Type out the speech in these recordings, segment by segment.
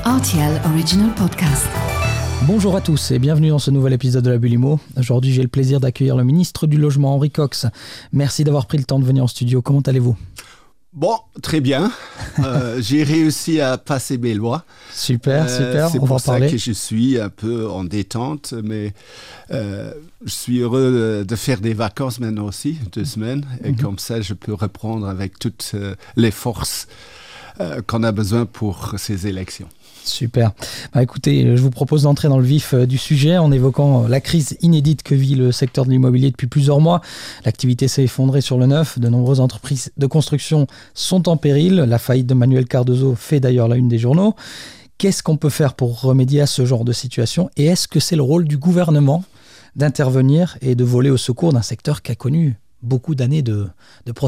RTL Original Podcast. Bonjour à tous et bienvenue dans ce nouvel épisode de la Bulle Immo. Aujourd'hui, j'ai le plaisir d'accueillir le ministre du Logement, Henri Cox. Merci d'avoir pris le temps de venir en studio. Comment allez-vous ? Bon, très bien. J'ai réussi à passer mes lois. Super, c'est on va en pour ça parler. que je suis un peu en détente, mais je suis heureux de faire des vacances maintenant aussi, 2 semaines, et comme ça je peux reprendre avec toutes les forces qu'on a besoin pour ces élections. Super. Écoutez, je vous propose d'entrer dans le vif du sujet en évoquant la crise inédite que vit le secteur de l'immobilier depuis plusieurs mois. L'activité s'est effondrée sur le neuf. De nombreuses entreprises de construction sont en péril. La faillite de Manuel Cardozo fait d'ailleurs la une des journaux. Qu'est-ce qu'on peut faire pour remédier à ce genre de situation ? Et est-ce que c'est le rôle du gouvernement d'intervenir et de voler au secours d'un secteur qui a connu beaucoup d'années de prospérité ?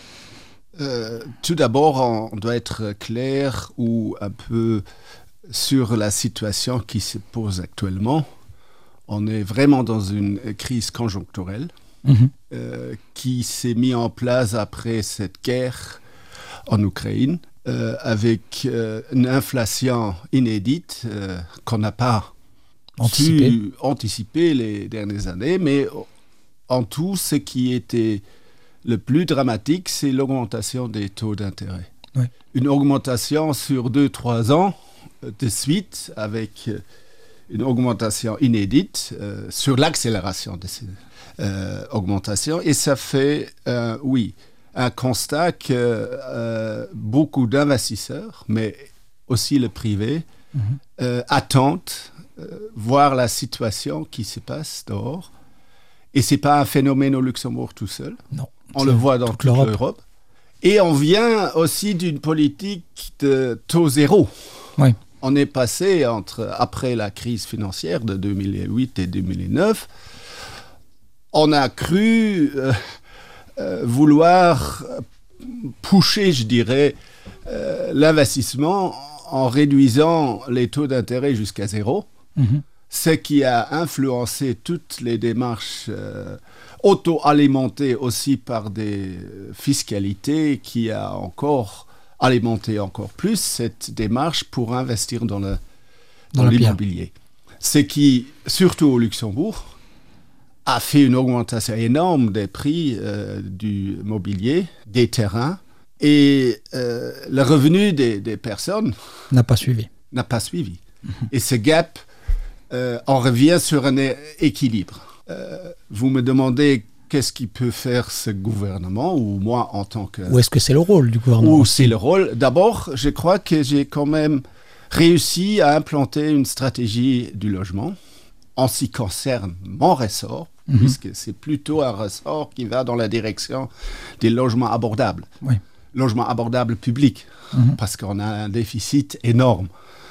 Tout d'abord, on doit être clair ou un peu sur la situation qui se pose actuellement. On est vraiment dans une crise conjoncturelle qui s'est mise en place après cette guerre en Ukraine avec une inflation inédite qu'on n'a pas pu anticiper les dernières années. Mais en tout, ce qui était le plus dramatique, c'est l'augmentation des taux d'intérêt. Oui. Une augmentation sur 2-3 ans de suite, avec une augmentation inédite sur l'accélération de ces augmentations. Et ça fait, un constat que beaucoup d'investisseurs, mais aussi le privé, attendent voir la situation qui se passe dehors. Et ce n'est pas un phénomène au Luxembourg tout seul. Non. On le voit dans toute l'Europe. Et on vient aussi d'une politique de taux zéro. Oui. On est passé après la crise financière de 2008 et 2009. On a cru vouloir pusher, je dirais, l'investissement en réduisant les taux d'intérêt jusqu'à zéro. Ce qui a influencé toutes les démarches auto-alimentées aussi par des fiscalités qui a encore alimenté encore plus cette démarche pour investir dans l'immobilier. Ce qui, surtout au Luxembourg, a fait une augmentation énorme des prix du mobilier, des terrains, et le revenu des personnes n'a pas suivi. Et ce gap, on revient sur un équilibre. Vous me demandez qu'est-ce qu'il peut faire ce gouvernement, ou moi en tant que... Ou est-ce que c'est le rôle du gouvernement ? Ou c'est le rôle. D'abord, je crois que j'ai quand même réussi à implanter une stratégie du logement en ce qui concerne mon ressort, puisque c'est plutôt un ressort qui va dans la direction des logements abordables. Oui. Logements abordables publics, parce qu'on a un déficit énorme.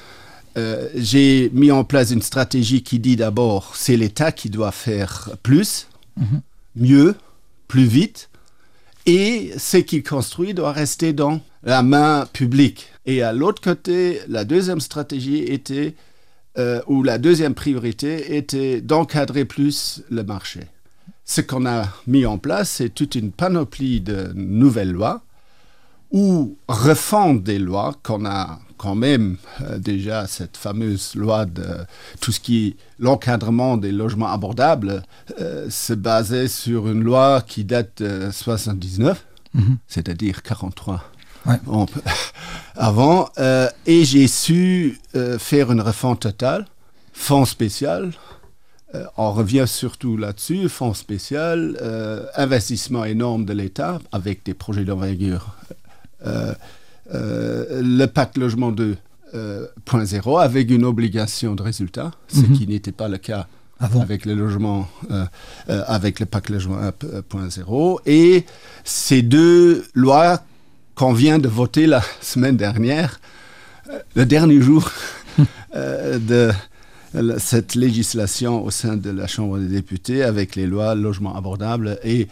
J'ai mis en place une stratégie qui dit d'abord, c'est l'État qui doit faire plus, mieux, plus vite, et ce qu'il construit doit rester dans la main publique. Et à l'autre côté, la deuxième stratégie était, ou la deuxième priorité était d'encadrer plus le marché. Ce qu'on a mis en place, c'est toute une panoplie de nouvelles lois, ou refondre des lois qu'on a quand même déjà cette fameuse loi de tout ce qui est l'encadrement des logements abordables se basait sur une loi qui date de 79, c'est-à-dire 43 ans avant. Et j'ai su faire une refonte totale, fonds spécial. On revient surtout là-dessus, fonds spécial, investissement énorme de l'État avec des projets d'envergure. Le pacte logement 2.0 avec une obligation de résultat, ce qui n'était pas le cas avec le logement, avec le pacte logement 1.0. Et ces 2 lois qu'on vient de voter la semaine dernière, le dernier jour de cette législation au sein de la Chambre des députés avec les lois logement abordable et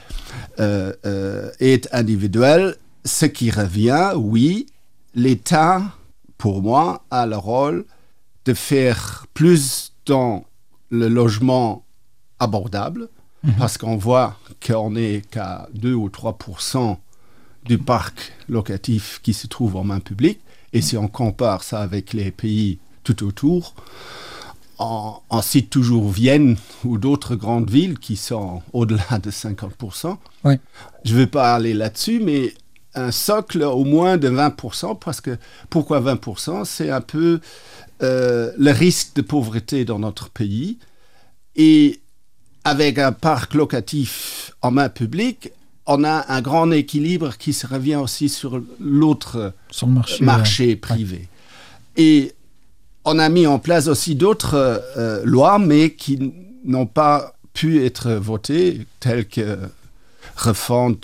individuel. Ce qui revient, oui, l'État, pour moi, a le rôle de faire plus dans le logement abordable, parce qu'on voit qu'on n'est qu'à 2 ou 3% du parc locatif qui se trouve en main publique, Et si on compare ça avec les pays tout autour, on cite toujours Vienne ou d'autres grandes villes qui sont au-delà de 50%. Oui. Je ne vais pas aller là-dessus, mais un socle au moins de 20%, parce que pourquoi 20%? C'est un peu le risque de pauvreté dans notre pays. Et avec un parc locatif en main publique, on a un grand équilibre qui se revient aussi sur l'autre marché privé. Ouais. Et on a mis en place aussi d'autres lois, mais qui n'ont pas pu être votées, telles que refonte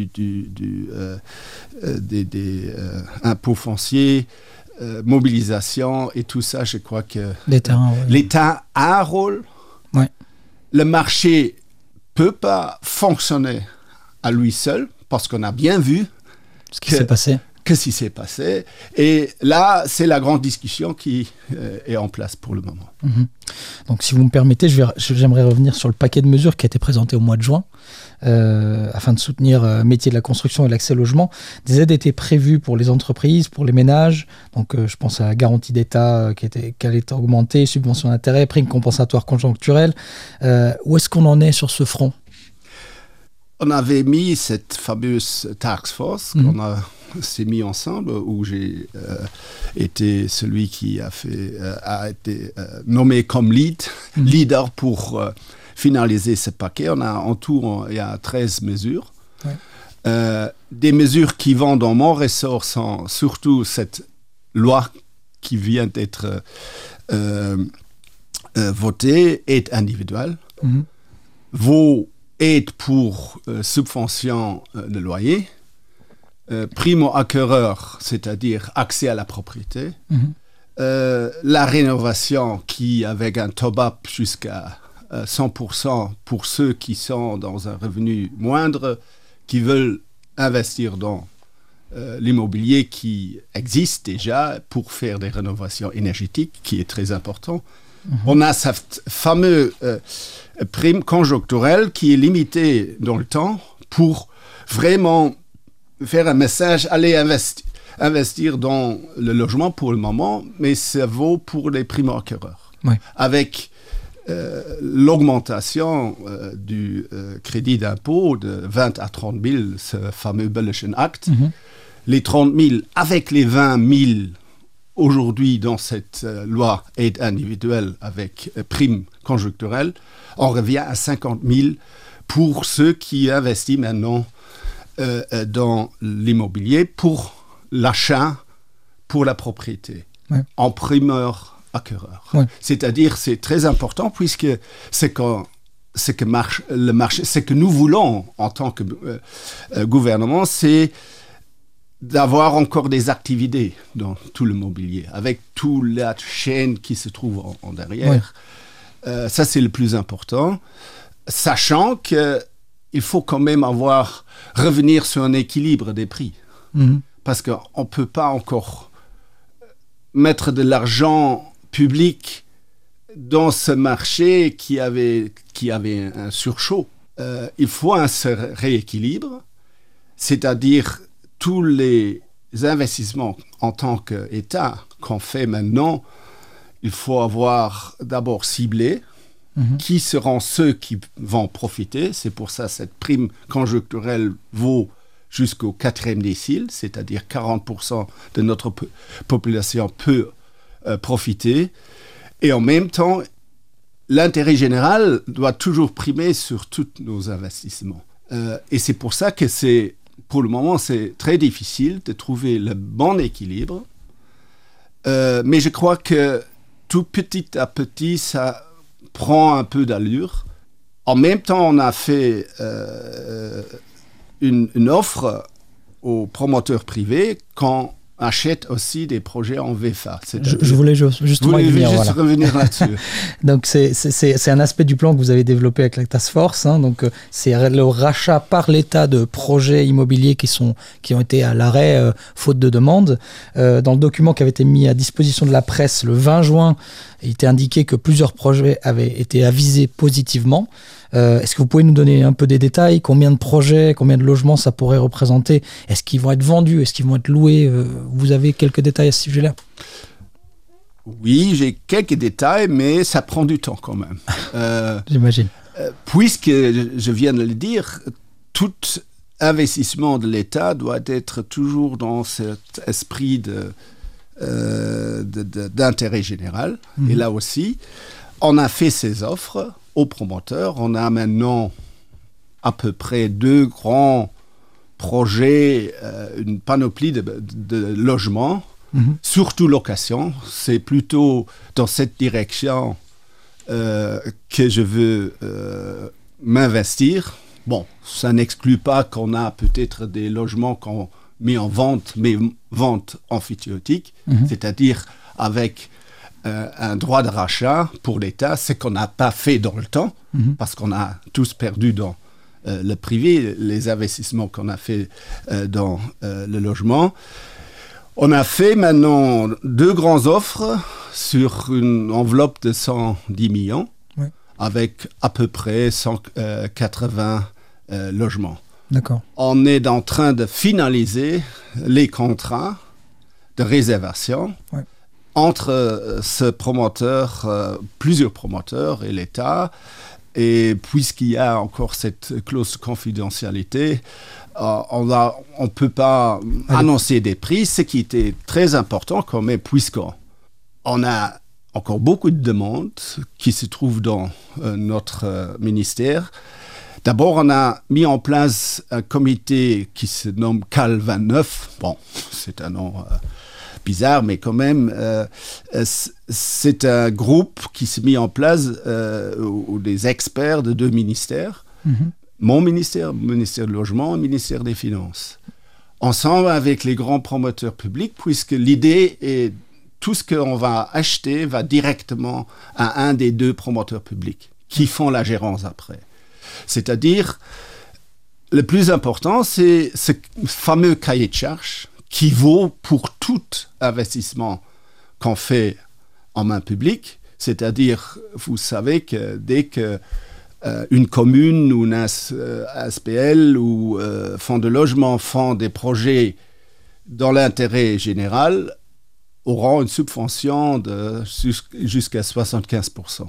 des impôts fonciers, mobilisation et tout ça. Je crois que l'État a un rôle. Ouais. Le marché ne peut pas fonctionner à lui seul, parce qu'on a bien vu ce qui s'est passé. Qu'est-ce qui s'est passé. Et là, c'est la grande discussion qui est en place pour le moment. Mmh. Donc, si vous me permettez, j'aimerais revenir sur le paquet de mesures qui a été présenté au mois de juin afin de soutenir le métier de la construction et l'accès au logement. Des aides étaient prévues pour les entreprises, pour les ménages. Donc, je pense à la garantie d'État qui allait être augmentée, subvention d'intérêt, prime compensatoire conjoncturelle. Où est-ce qu'on en est sur ce front? On avait mis cette fameuse task force qu'on s'est mis ensemble, où j'ai été celui qui a été nommé comme leader pour finaliser ce paquet. On a en tout, il y a 13 mesures. Ouais. Des mesures qui vont dans mon ressort sont surtout cette loi qui vient d'être votée, aide individuelle. Vos aide pour subvention de loyer, primo-acquéreur, c'est-à-dire accès à la propriété, la rénovation qui, avec un top-up jusqu'à 100% pour ceux qui sont dans un revenu moindre, qui veulent investir dans l'immobilier qui existe déjà pour faire des rénovations énergétiques, qui est très important. On a cette fameuse prime conjoncturelle qui est limitée dans le temps pour vraiment faire un message, aller investir dans le logement pour le moment, mais ça vaut pour les primo-acquéreurs. Ouais. Avec l'augmentation du crédit d'impôt de 20 à 30 000, ce fameux Abolition Act, les 30 000 avec les 20 000 aujourd'hui, dans cette loi aide individuelle avec prime conjoncturelle, on revient à 50 000 pour ceux qui investissent maintenant dans l'immobilier pour l'achat, pour la propriété, en primeur-acquéreur. Ouais. C'est-à-dire, c'est très important puisque ce que nous voulons en tant que gouvernement, c'est d'avoir encore des activités dans tout le mobilier, avec toute la chaîne qui se trouve en derrière. Ouais. Ça, c'est le plus important. Sachant qu'il faut quand même revenir sur un équilibre des prix. Parce qu'on ne peut pas encore mettre de l'argent public dans ce marché qui avait un surchauffe. Il faut un rééquilibre, c'est-à-dire tous les investissements en tant qu'État qu'on fait maintenant, il faut avoir d'abord ciblé qui seront ceux qui vont profiter. C'est pour ça que cette prime conjoncturelle vaut jusqu'au 4e décile, c'est-à-dire 40% de notre population peut profiter. Et en même temps, l'intérêt général doit toujours primer sur tous nos investissements. Et c'est pour ça que pour le moment, c'est très difficile de trouver le bon équilibre. Mais je crois que tout petit à petit, ça prend un peu d'allure. En même temps, on a fait une offre aux promoteurs privés qu'on achète aussi des projets en VFA. Je voulais justement revenir là-dessus. Donc, c'est un aspect du plan que vous avez développé avec la Task Force. Donc, c'est le rachat par l'État de projets immobiliers qui ont été à l'arrêt faute de demande. Dans le document qui avait été mis à disposition de la presse le 20 juin, il était indiqué que plusieurs projets avaient été avisés positivement. Est-ce que vous pouvez nous donner un peu des détails? Combien de projets, combien de logements ça pourrait représenter? Est-ce qu'ils vont être vendus? Est-ce qu'ils vont être loués? Vous avez quelques détails à ce sujet-là? Oui, j'ai quelques détails, mais ça prend du temps quand même. J'imagine. Puisque, je viens de le dire, tout investissement de l'État doit être toujours dans cet esprit d'intérêt général. Et là aussi, on a fait ces offres aux promoteurs. On a maintenant à peu près 2 grands projets, une panoplie de logements, surtout location. C'est plutôt dans cette direction que je veux m'investir. Bon, ça n'exclut pas qu'on a peut-être des logements qu'on met en vente, mais vente amphithéotique, c'est-à-dire avec un droit de rachat pour l'État, ce qu'on n'a pas fait dans le temps, parce qu'on a tous perdu dans le privé, les investissements qu'on a fait dans le logement. On a fait maintenant 2 grandes offres sur une enveloppe de 110 millions, avec à peu près 180 logements. D'accord. On est en train de finaliser les contrats de réservation entre ce promoteur, plusieurs promoteurs et l'État. Et puisqu'il y a encore cette clause de confidentialité, on ne peut pas annoncer des prix, ce qui était très important quand même, puisqu'on a encore beaucoup de demandes qui se trouvent dans notre ministère. D'abord, on a mis en place un comité qui se nomme CAL 29. Bon, c'est un nom bizarre, mais quand même, c'est un groupe qui s'est mis en place où des experts de 2 ministères. Mon ministère, le ministère du Logement et le ministère des Finances. Ensemble avec les grands promoteurs publics, puisque l'idée est tout ce qu'on va acheter va directement à un des 2 promoteurs publics qui font la gérance après. C'est-à-dire, le plus important, c'est ce fameux cahier de charges qui vaut pour tout investissement qu'on fait en main publique. C'est-à-dire, vous savez que dès que une commune ou une SPL ou fonds de logement font des projets dans l'intérêt général, auront une subvention de jusqu'à 75%.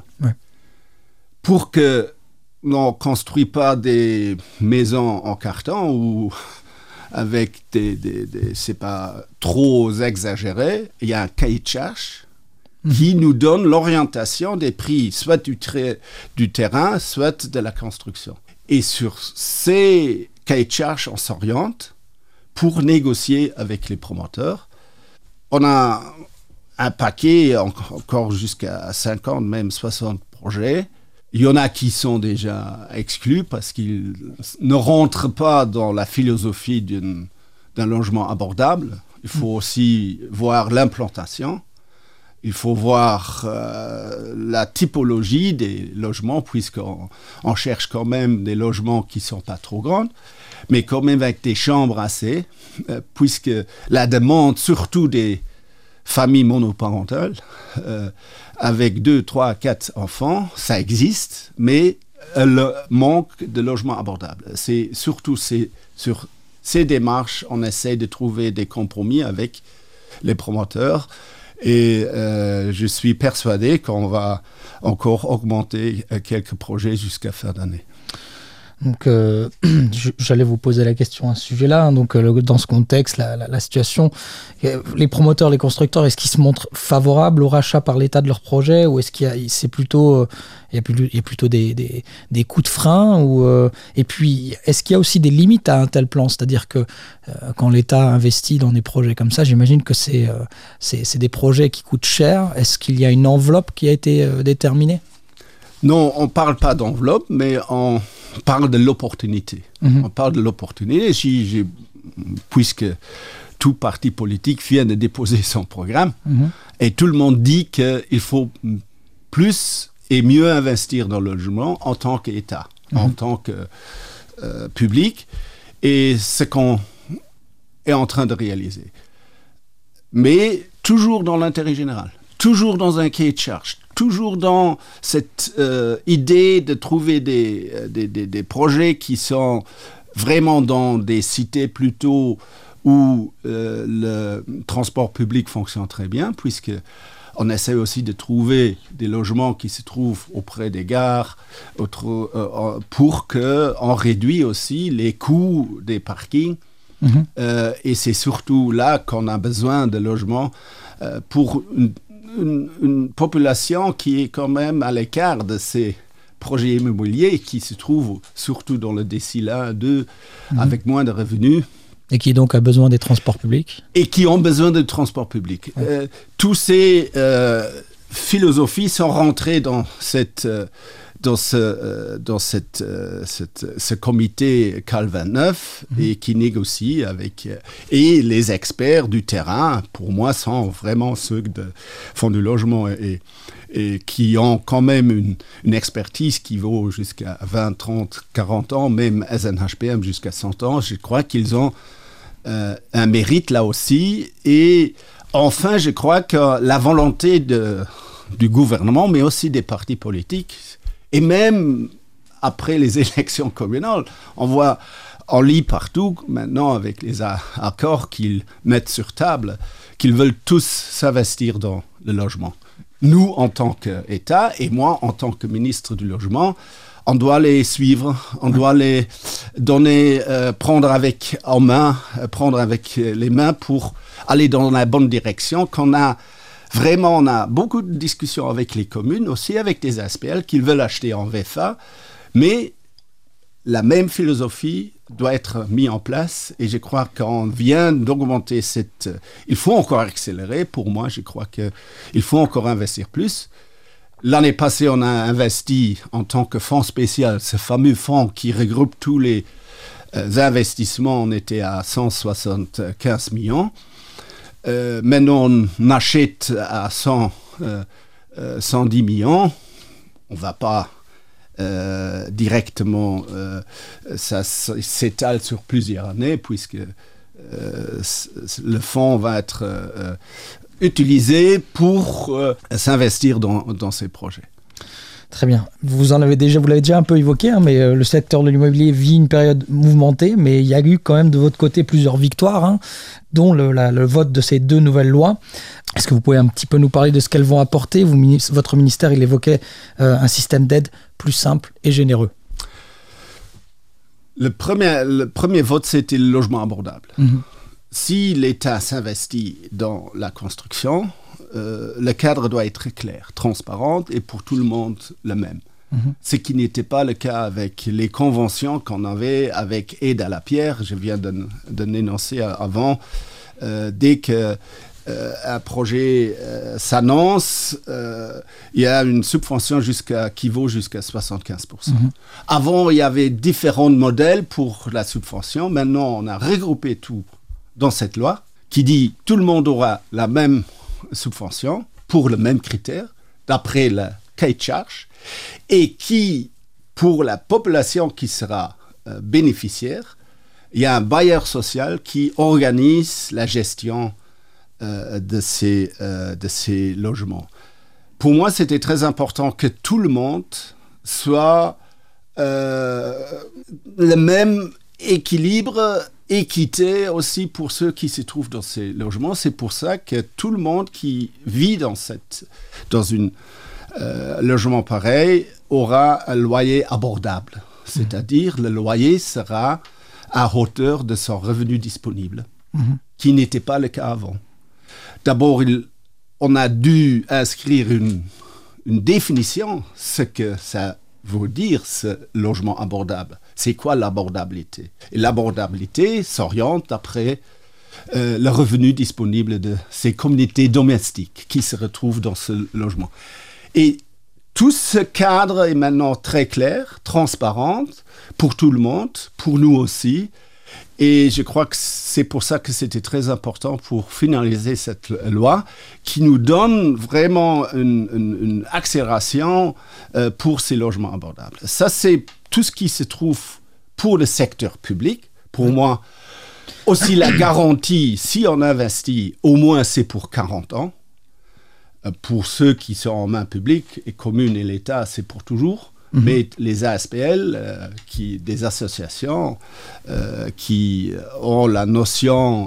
Pour que l'on ne construit pas des maisons en carton ou avec c'est pas trop exagéré, il y a un cahier de charges qui nous donne l'orientation des prix, soit du terrain, soit de la construction. Et sur ces cahiers de charges, on s'oriente pour négocier avec les promoteurs. On a un paquet, encore jusqu'à 50, même 60 projets. Il y en a qui sont déjà exclus parce qu'ils ne rentrent pas dans la philosophie d'un logement abordable. Il faut aussi voir l'implantation. Il faut voir la typologie des logements, puisqu'on cherche quand même des logements qui ne sont pas trop grands, mais quand même avec des chambres assez, puisque la demande, surtout des familles monoparentales, avec 2, 3, 4 enfants, ça existe, mais le manque de logements abordables. C'est surtout sur ces démarches, on essaie de trouver des compromis avec les promoteurs. Et je suis persuadé qu'on va encore augmenter quelques projets jusqu'à fin d'année. Donc, j'allais vous poser la question à ce sujet-là. Donc, dans ce contexte, la situation, les promoteurs, les constructeurs, est-ce qu'ils se montrent favorables au rachat par l'État de leurs projets, ou est-ce qu'il y a plutôt des coups de frein, et puis est-ce qu'il y a aussi des limites à un tel plan? C'est-à-dire que quand l'État investit dans des projets comme ça, j'imagine que c'est des projets qui coûtent cher. Est-ce qu'il y a une enveloppe qui a été déterminée? Non, on ne parle pas d'enveloppe, mais on parle de l'opportunité. On parle de l'opportunité. Puisque tout parti politique vient de déposer son programme, et tout le monde dit qu'il faut plus et mieux investir dans le logement en tant qu'État, en tant que public, et ce qu'on est en train de réaliser. Mais toujours dans l'intérêt général, toujours dans un cahier de charge, toujours dans cette idée de trouver des projets qui sont vraiment dans des cités plutôt où le transport public fonctionne très bien, puisqu'on essaie aussi de trouver des logements qui se trouvent auprès des gares, pour qu'on réduise aussi les coûts des parkings. Et c'est surtout là qu'on a besoin de logements pour une population qui est quand même à l'écart de ces projets immobiliers qui se trouvent surtout dans le décile 1, 2, avec moins de revenus. Et qui donc a besoin des transports publics. Et qui ont besoin de transports publics. Ouais. Tous ces philosophies sont rentrées dans ce comité CAL 29 et qui négocie avec... et les experts du terrain, pour moi, sont vraiment ceux de Fonds du logement et qui ont quand même une expertise qui vaut jusqu'à 20, 30, 40 ans, même SNHPM jusqu'à 100 ans. Je crois qu'ils ont un mérite là aussi. Et enfin, je crois que la volonté du gouvernement, mais aussi des partis politiques, et même après les élections communales, on lit partout maintenant avec les accords qu'ils mettent sur table, qu'ils veulent tous s'investir dans le logement. Nous, en tant qu'État, et moi, en tant que ministre du Logement, on doit les suivre, on doit les donner, prendre avec les mains pour aller dans la bonne direction. On a beaucoup de discussions avec les communes, aussi avec des SPL qui veulent acheter en VFA, mais la même philosophie doit être mise en place et je crois qu'on vient d'augmenter il faut encore accélérer. Pour moi, je crois qu'il faut encore investir plus. L'année passée, on a investi en tant que fonds spécial, ce fameux fonds qui regroupe tous les investissements. On était à 175 millions. Maintenant, on achète à 110 millions. On ne va pas directement... ça s'étale sur plusieurs années, puisque le fonds va être... utilisé pour s'investir dans ces projets. Très bien. Vous l'avez déjà un peu évoqué, hein, mais le secteur de l'immobilier vit une période mouvementée, mais il y a eu quand même de votre côté plusieurs victoires, hein, dont le vote de ces 2 nouvelles lois. Est-ce que vous pouvez un petit peu nous parler de ce qu'elles vont apporter ? Votre ministère, il évoquait un système d'aide plus simple et généreux. Le premier vote, c'était le logement abordable. Si l'État s'investit dans la construction, le cadre doit être clair, transparent et pour tout le monde le même. Ce qui n'était pas le cas avec les conventions qu'on avait avec aide à la pierre. Je viens de l'énoncer avant. Dès qu'un projet s'annonce, il y a une subvention qui vaut jusqu'à 75%. Avant, il y avait différents modèles pour la subvention. Maintenant, on a regroupé tout dans cette loi qui dit tout le monde aura la même subvention pour le même critère, d'après le cahier de charge, et qui, pour la population qui sera bénéficiaire, il y a un bailleur social qui organise la gestion de ces logements. Pour moi, c'était très important que tout le monde soit le même équilibre, équité aussi pour ceux qui se trouvent dans ces logements. C'est pour ça que tout le monde qui vit dans un logement pareil aura un loyer abordable. C'est-à-dire le loyer sera à hauteur de son revenu disponible, qui n'était pas le cas avant. D'abord, on a dû inscrire une définition, ce que ça veut dire, ce logement abordable. C'est quoi l'abordabilité ? Et l'abordabilité s'oriente après le revenu disponible de ces communautés domestiques qui se retrouvent dans ce logement. Et tout ce cadre est maintenant très clair, transparent pour tout le monde, pour nous aussi. Et je crois que c'est pour ça que c'était très important pour finaliser cette loi qui nous donne vraiment une accélération pour ces logements abordables. Ça, c'est tout ce qui se trouve pour le secteur public. Pour moi, aussi la garantie, si on investit, au moins c'est pour 40 ans. pour ceux qui sont en main publique, et communes et l'État, c'est pour toujours. Mais les ASPL, des associations qui ont la notion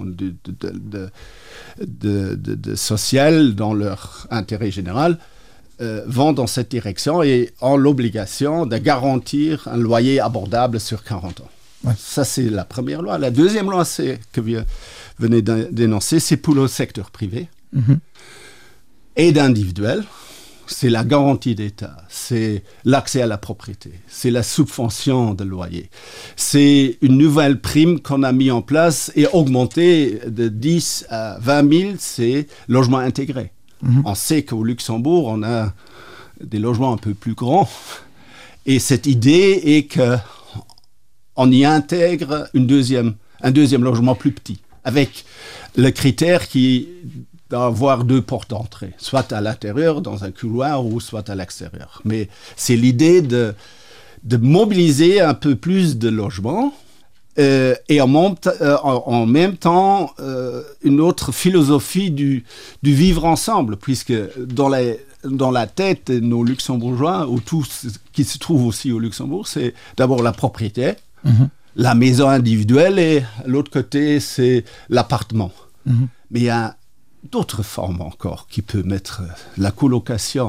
de social dans leur intérêt général, vont dans cette direction et ont l'obligation de garantir un loyer abordable sur 40 ans. Ouais. Ça, c'est la première loi. La deuxième loi que vous venez d'énoncer, c'est pour le secteur privé et d'individuel. C'est la garantie d'État, c'est l'accès à la propriété, c'est la subvention de loyer. C'est une nouvelle prime qu'on a mis en place et augmentée de 10 à 20 000, c'est logement intégré. On sait qu'au Luxembourg, on a des logements un peu plus grands. Et cette idée est qu'on y intègre un deuxième logement plus petit, avec le critère qui d'avoir 2 portes d'entrée, soit à l'intérieur, dans un couloir, ou soit à l'extérieur. Mais c'est l'idée de mobiliser un peu plus de logements et en même temps une autre philosophie du vivre ensemble, puisque dans la tête de nos Luxembourgeois, ou tout ce qui se trouve aussi au Luxembourg, c'est d'abord la propriété, la maison individuelle, et l'autre côté, c'est l'appartement. Mais il y a d'autres formes encore qui peuvent mettre la colocation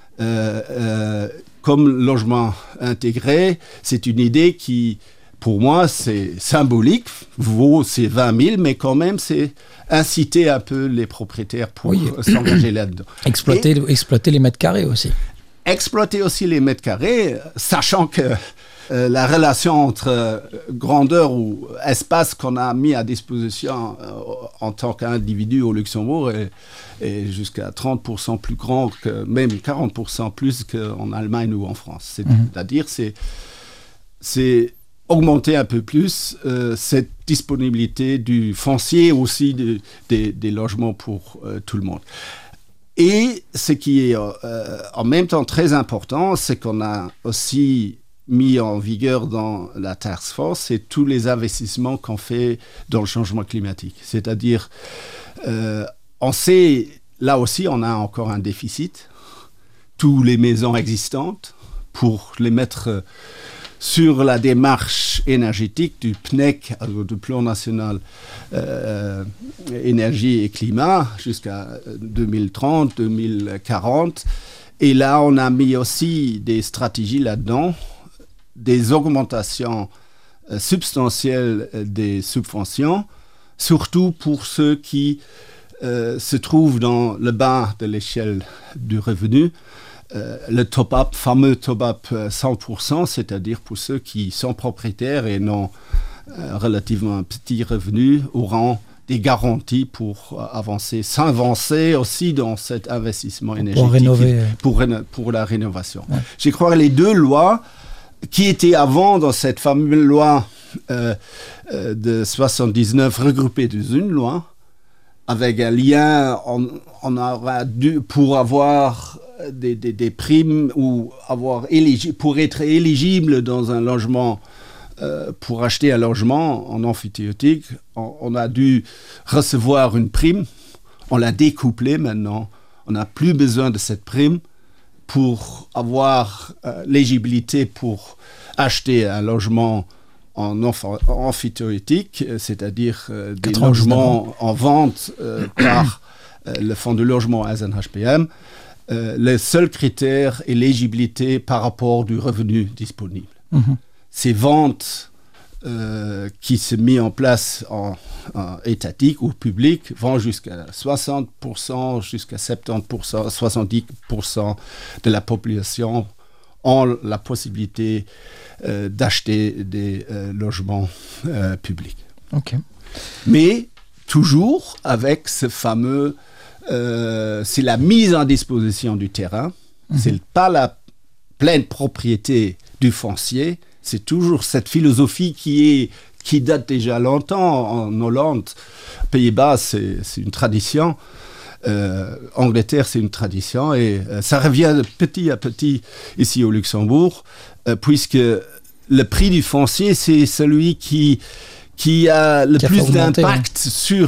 comme logement intégré. C'est une idée qui, pour moi, c'est symbolique, c'est 20 000, mais quand même, c'est inciter un peu les propriétaires pour s'engager là-dedans. Exploiter les mètres carrés aussi. Exploiter aussi les mètres carrés, sachant que la relation entre grandeur ou espace qu'on a mis à disposition en tant qu'individu au Luxembourg est jusqu'à 30% plus grand, même 40% plus qu'en Allemagne ou en France. C'est-à-dire, c'est augmenter un peu plus cette disponibilité du foncier, aussi des logements pour tout le monde. Et ce qui est en même temps très important, c'est qu'on a aussi mis en vigueur dans la task force, c'est tous les investissements qu'on fait dans le changement climatique. C'est-à-dire, on sait, là aussi, on a encore un déficit. Toutes les maisons existantes, pour les mettre sur la démarche énergétique du PNEC, du Plan National Énergie et Climat, jusqu'à 2030, 2040. Et là, on a mis aussi des stratégies là-dedans, des augmentations substantielles des subventions, surtout pour ceux qui se trouvent dans le bas de l'échelle du revenu. Le top-up, fameux top-up 100%, c'est-à-dire pour ceux qui sont propriétaires et n'ont relativement un petit revenu, auront des garanties pour s'avancer aussi dans cet investissement énergétique pour la rénovation. Ouais. Je crois que les 2 lois qui étaient avant dans cette fameuse loi de 79 regroupée dans une loi, avec un lien, on aura dû, pour avoir des primes ou pour être éligible dans un logement, pour acheter un logement en amphithéotique, on a dû recevoir une prime. On l'a découplée maintenant. On n'a plus besoin de cette prime pour avoir l'éligibilité pour acheter un logement en amphithéotique, c'est-à-dire des logements en vente par le fonds de logement SNHPM. Le seul critère est l'éligibilité par rapport du revenu disponible. Ces ventes qui se mettent en place en étatique ou public vont jusqu'à 60%, jusqu'à 70%, 70% de la population ont la possibilité d'acheter des logements publics. Okay. Mais toujours avec ce fameux... c'est la mise en disposition du terrain, c'est pas la pleine propriété du foncier, c'est toujours cette philosophie qui date déjà longtemps en Hollande. Pays-Bas, c'est une tradition. Angleterre, c'est une tradition. Et ça revient petit à petit ici au Luxembourg, puisque le prix du foncier, c'est celui qui a le plus d'impact sur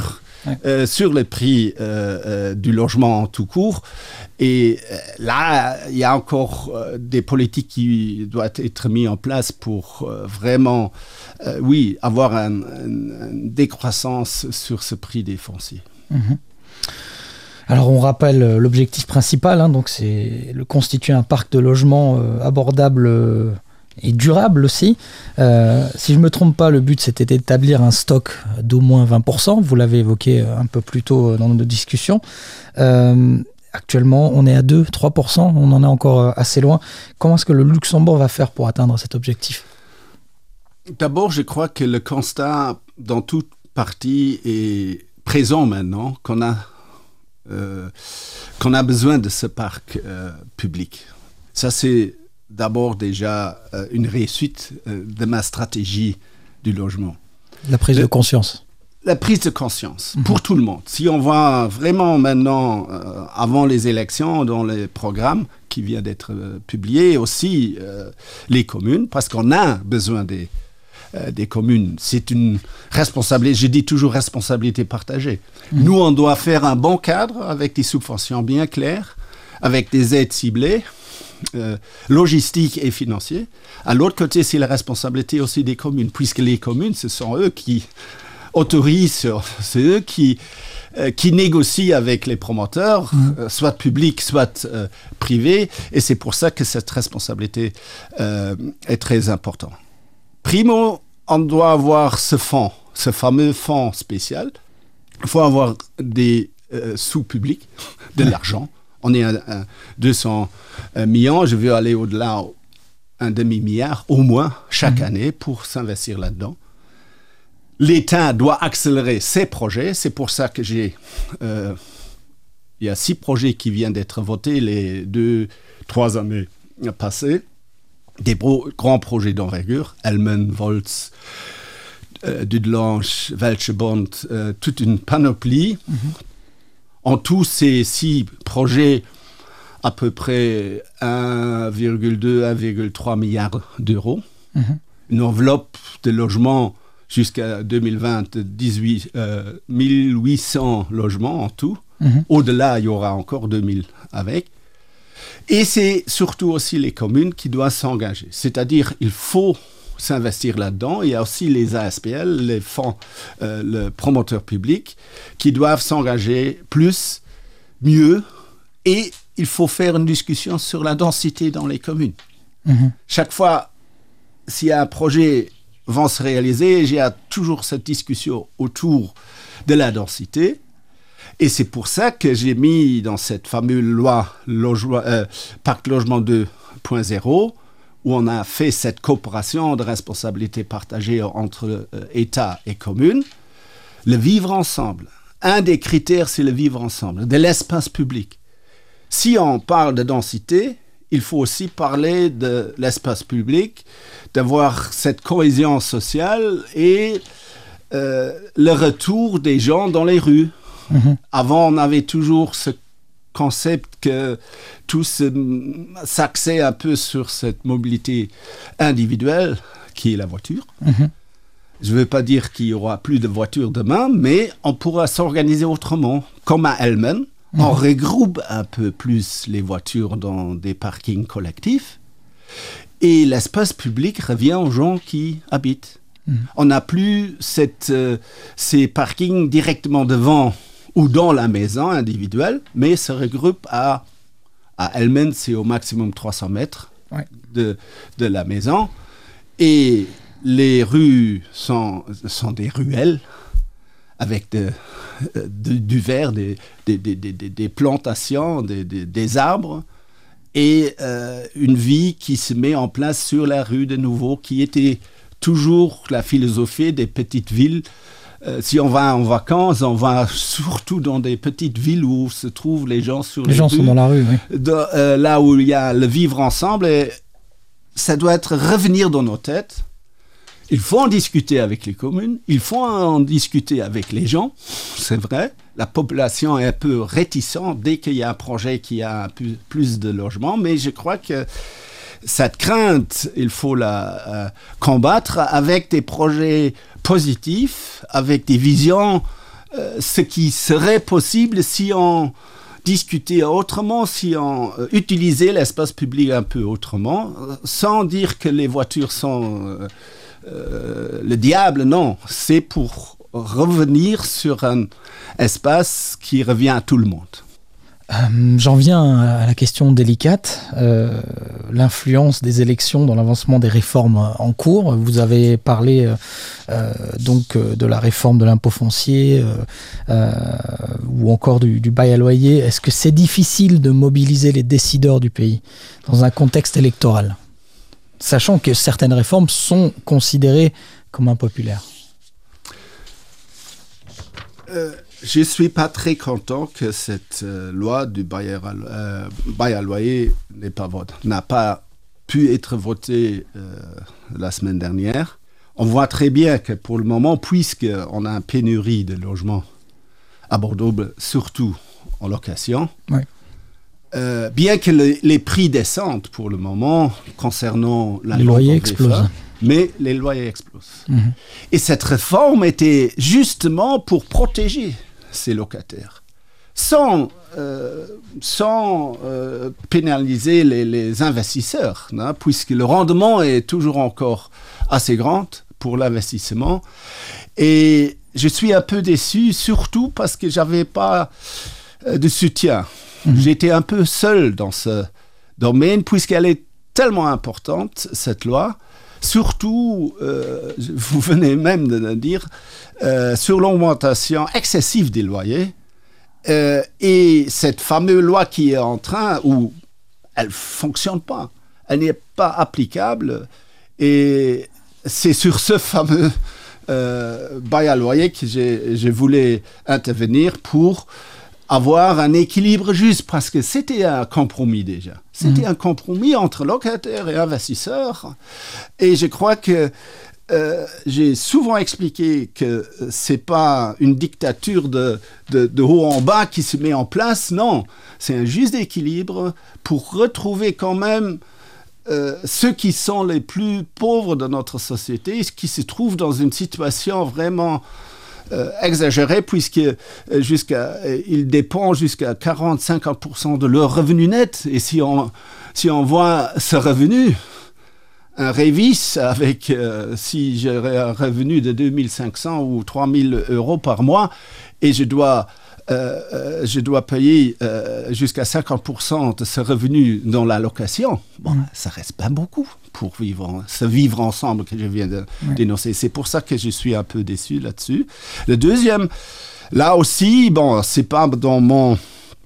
sur le prix du logement tout court. Et là, il y a encore des politiques qui doivent être mises en place pour vraiment, avoir une décroissance sur ce prix des fonciers. Alors on rappelle l'objectif principal, donc c'est constituer un parc de logements abordable et durable aussi. Si je ne me trompe pas, le but c'était d'établir un stock d'au moins 20%. Vous l'avez évoqué un peu plus tôt dans nos discussions. Actuellement, on est à 2-3%. On en est encore assez loin. Comment est-ce que le Luxembourg va faire pour atteindre cet objectif ? D'abord, je crois que le constat dans toute partie est présent maintenant, qu'on a besoin de ce parc public. Ça, c'est d'abord déjà une réussite de ma stratégie du logement. La prise de conscience. La prise de conscience pour tout le monde. Si on voit vraiment maintenant, avant les élections, dans les programmes qui viennent d'être publiés, aussi les communes, parce qu'on a besoin des communes. C'est une responsabilité, je dis toujours responsabilité partagée. Nous, on doit faire un bon cadre avec des subventions bien claires, avec des aides ciblées, logistiques et financières. À l'autre côté, c'est la responsabilité aussi des communes, puisque les communes, ce sont eux qui autorisent, c'est eux qui négocient avec les promoteurs, soit publics, soit privés, et c'est pour ça que cette responsabilité est très importante. Primo, on doit avoir ce fameux fonds spécial. Il faut avoir des sous publics, de l'argent. On est à 200 millions. Je veux aller au-delà, un demi-milliard au moins chaque année pour s'investir là-dedans. L'État doit accélérer ses projets. C'est pour ça que il y a 6 projets qui viennent d'être votés les 2-3 années passées. Des grands projets d'envergure, Elmen, Volz, Dudelange, Welschebond, toute une panoplie. En tout, ces 6 projets, à peu près 1,2-1,3 milliard d'euros. Une enveloppe de logement jusqu'à 2020, 1800 logements en tout. Au-delà, il y aura encore 2000 avec. Et c'est surtout aussi les communes qui doivent s'engager. C'est-à-dire, il faut s'investir là-dedans. Il y a aussi les ASPL, les fonds, le promoteur public, qui doivent s'engager plus, mieux. Et il faut faire une discussion sur la densité dans les communes. Chaque fois, s'il y a un projet va se réaliser, il y a toujours cette discussion autour de la densité. Et c'est pour ça que j'ai mis dans cette fameuse loi Pacte Logement 2.0, où on a fait cette coopération de responsabilité partagée entre État et communes, le vivre ensemble. Un des critères, c'est le vivre ensemble, de l'espace public. Si on parle de densité, il faut aussi parler de l'espace public, d'avoir cette cohésion sociale et le retour des gens dans les rues. Avant, on avait toujours ce concept que tout s'axait un peu sur cette mobilité individuelle qui est la voiture. Je ne veux pas dire qu'il y aura plus de voitures demain, mais on pourra s'organiser autrement. Comme à Elmen, on regroupe un peu plus les voitures dans des parkings collectifs et l'espace public revient aux gens qui habitent. On n'a plus ces parkings directement devant ou dans la maison individuelle, mais se regroupe à Elmen, c'est au maximum 300 mètres de la maison. Et les rues sont des ruelles avec du verre, des plantations, des arbres et une vie qui se met en place sur la rue de nouveau, qui était toujours la philosophie des petites villes. Si on va en vacances, on va surtout dans des petites villes où se trouvent les gens sur les rues. Les gens sont dans la rue, oui. Là où il y a le vivre ensemble, et ça doit revenir dans nos têtes. Il faut en discuter avec les communes, il faut en discuter avec les gens, c'est vrai. La population est un peu réticente dès qu'il y a un projet qui a plus de logements, mais je crois que cette crainte, il faut la combattre avec des projets positifs, avec des visions ce qui serait possible si on discutait autrement, si on utilisait l'espace public un peu autrement, sans dire que les voitures sont le diable, non. C'est pour revenir sur un espace qui revient à tout le monde. J'en viens à la question délicate, l'influence des élections dans l'avancement des réformes en cours. Vous avez parlé donc de la réforme de l'impôt foncier ou encore du bail à loyer. Est-ce que c'est difficile de mobiliser les décideurs du pays dans un contexte électoral, sachant que certaines réformes sont considérées comme impopulaires? Je ne suis pas très content que cette loi du bail à loyer n'a pas pu être votée la semaine dernière. On voit très bien que pour le moment, puisqu'on a une pénurie de logements abordables, surtout en location, bien que les prix descendent pour le moment concernant la les loyers explosent. Mais les loyers explosent. Et cette réforme était justement pour protéger ces locataires, sans pénaliser les investisseurs, hein, puisque le rendement est toujours encore assez grand pour l'investissement. Et je suis un peu déçu, surtout parce que je n'avais pas de soutien. J'étais un peu seul dans ce domaine, puisqu'elle est tellement importante, cette loi. Surtout, vous venez même de le dire, sur l'augmentation excessive des loyers et cette fameuse loi qui est en train, où elle ne fonctionne pas, elle n'est pas applicable, et c'est sur ce fameux bail à loyer que je voulais intervenir pour avoir un équilibre juste, parce que c'était un compromis déjà. C'était un compromis entre locataires et investisseurs. Et je crois que j'ai souvent expliqué que ce n'est pas une dictature de haut en bas qui se met en place. Non, c'est un juste équilibre pour retrouver quand même ceux qui sont les plus pauvres de notre société, qui se trouvent dans une situation vraiment exagéré, puisqu'ils dépendent jusqu'à 40-50% de leur revenu net. Et si on voit ce revenu, un révis avec, si j'aurais un revenu de 2500 ou 3000 euros par mois, et je dois payer jusqu'à 50% de ce revenu dans la location, ça reste pas beaucoup pour vivre ensemble que je viens de dénoncer. C'est pour ça que je suis un peu déçu là-dessus. Le deuxième, là aussi, c'est pas dans mon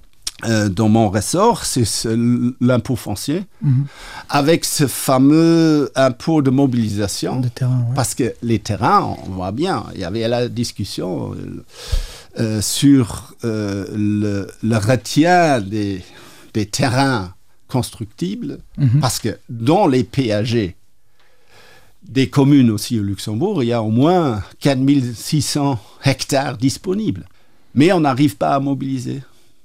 ressort, c'est l'impôt foncier, avec ce fameux impôt de mobilisation. De terrain, parce que les terrains, on voit bien, il y avait la discussion sur le retien des terrains constructibles, parce que dans les PAG des communes aussi au Luxembourg, il y a au moins 4600 hectares disponibles. Mais on n'arrive pas à mobiliser.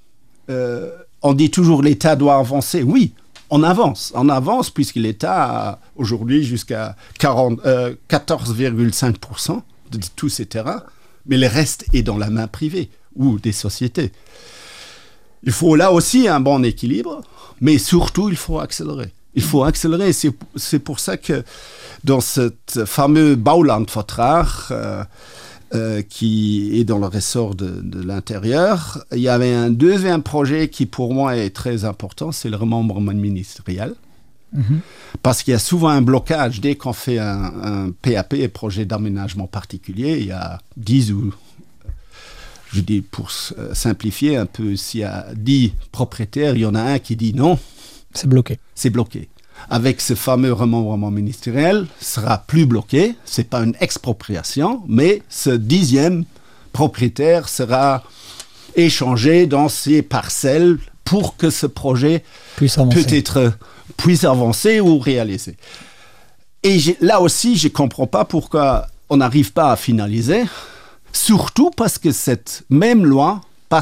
On dit toujours l'État doit avancer. Oui, on avance puisque l'État a aujourd'hui jusqu'à 14,5% de tous ces terrains, mais le reste est dans la main privée ou des sociétés. Il faut là aussi un bon équilibre, mais surtout, il faut accélérer. C'est pour ça que dans ce fameux Baulandvertrag, qui est dans le ressort de l'intérieur, il y avait un deuxième projet qui, pour moi, est très important, c'est le remembrement ministériel. Parce qu'il y a souvent un blocage dès qu'on fait un PAP, un projet d'aménagement particulier. Il y a 10 ou... Je dis pour simplifier un peu, s'il y a 10 propriétaires, il y en a un qui dit non. C'est bloqué. C'est bloqué. Avec ce fameux remembrement ministériel, sera plus bloqué. Ce n'est pas une expropriation, mais ce 10e propriétaire sera échangé dans ses parcelles pour que ce projet puisse avancer ou réaliser. Et là aussi, je ne comprends pas pourquoi on n'arrive pas à finaliser. Surtout parce que cette même loi,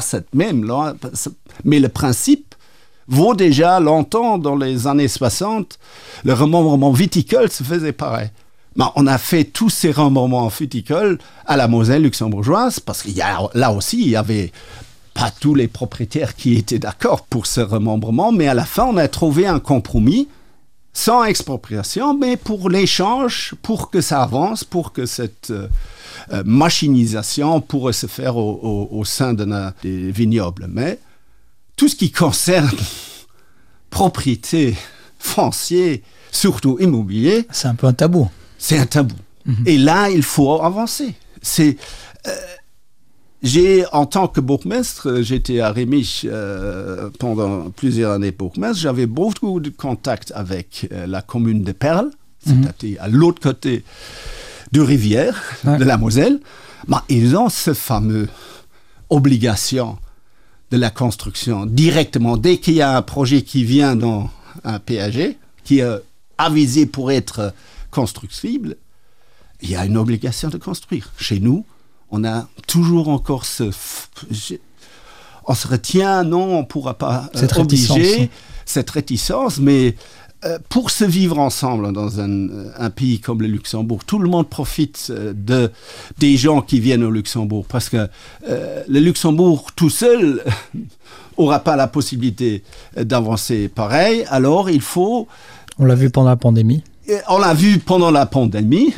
mais le principe vaut déjà longtemps dans les années 60. Le remembrement viticole se faisait pareil. On a fait tous ces remembrements viticoles à la Moselle luxembourgeoise parce qu'il y a, là aussi, il y avait pas tous les propriétaires qui étaient d'accord pour ce remembrement, mais à la fin, on a trouvé un compromis sans expropriation, mais pour l'échange, pour que ça avance, pour que cette machinisation pourrait se faire au sein des vignobles. Mais tout ce qui concerne propriété, foncier, surtout immobilier, c'est un peu un tabou. C'est un tabou. Et là, il faut avancer. En tant que bourgmestre, j'étais à Rémisch pendant plusieurs années bourgmestre. J'avais beaucoup de contacts avec la commune de Perles, c'est-à-dire à l'autre côté de rivière, de la Moselle. Ils ont ce fameux obligation de la construction directement. Dès qu'il y a un projet qui vient dans un PAG, qui est avisé pour être constructible, il y a une obligation de construire. Chez nous, on a toujours encore on se retient, non, on ne pourra pas obliger cette réticence, mais pour se vivre ensemble dans un pays comme le Luxembourg, tout le monde profite des gens qui viennent au Luxembourg, parce que le Luxembourg tout seul n'aura pas la possibilité d'avancer pareil, alors il faut... On l'a vu pendant la pandémie. On l'a vu pendant la pandémie.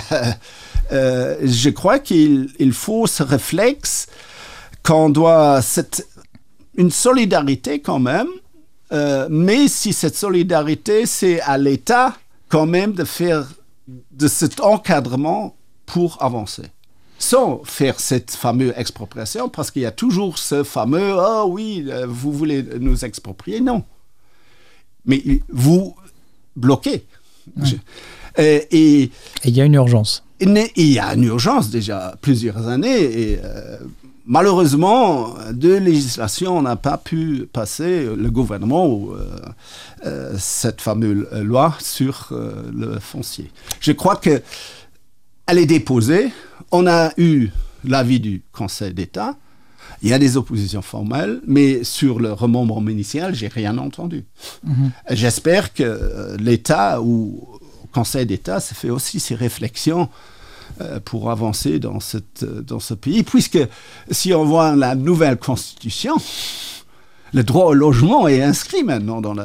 Je crois qu'il faut ce réflexe qu'on doit... une solidarité quand même, mais si cette solidarité, c'est à l'État quand même de faire de cet encadrement pour avancer. Sans faire cette fameuse expropriation, parce qu'il y a toujours ce fameux « Ah oui, vous voulez nous exproprier ?» Non. Mais vous bloquez. Ouais. Et il y a une urgence. Il y a une urgence déjà plusieurs années et malheureusement, deux législations n'a pas pu passer, le gouvernement ou cette fameuse loi sur le foncier. Je crois qu'elle est déposée. On a eu l'avis du Conseil d'État. Il y a des oppositions formelles, mais sur le remembrement initial, j'ai rien entendu. J'espère que l'État ou le Conseil d'État se fait aussi ces réflexions pour avancer dans ce pays, puisque si on voit la nouvelle constitution, le droit au logement est inscrit maintenant dans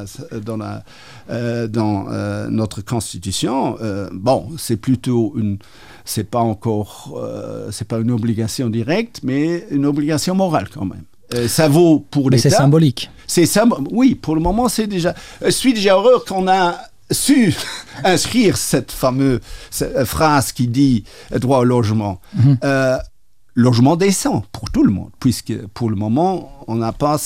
notre constitution. C'est plutôt c'est pas une obligation directe, mais une obligation morale quand même. Ça vaut pour l'État. Mais c'est symbolique. Oui, pour le moment, c'est déjà... Je suis déjà heureux qu'on a su inscrire cette fameuse phrase qui dit droit au logement. Logement décent pour tout le monde, puisque pour le moment, on n'a pas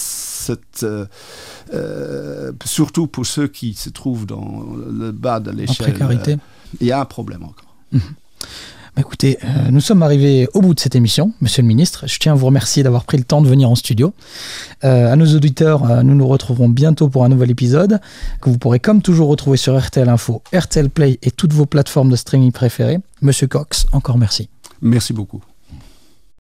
surtout pour ceux qui se trouvent dans le bas de l'échelle. En précarité. Il y a un problème encore. Écoutez, nous sommes arrivés au bout de cette émission, Monsieur le Ministre. Je tiens à vous remercier d'avoir pris le temps de venir en studio. À nos auditeurs, nous nous retrouverons bientôt pour un nouvel épisode que vous pourrez comme toujours retrouver sur RTL Info, RTL Play et toutes vos plateformes de streaming préférées. Monsieur Cox, encore merci. Merci beaucoup.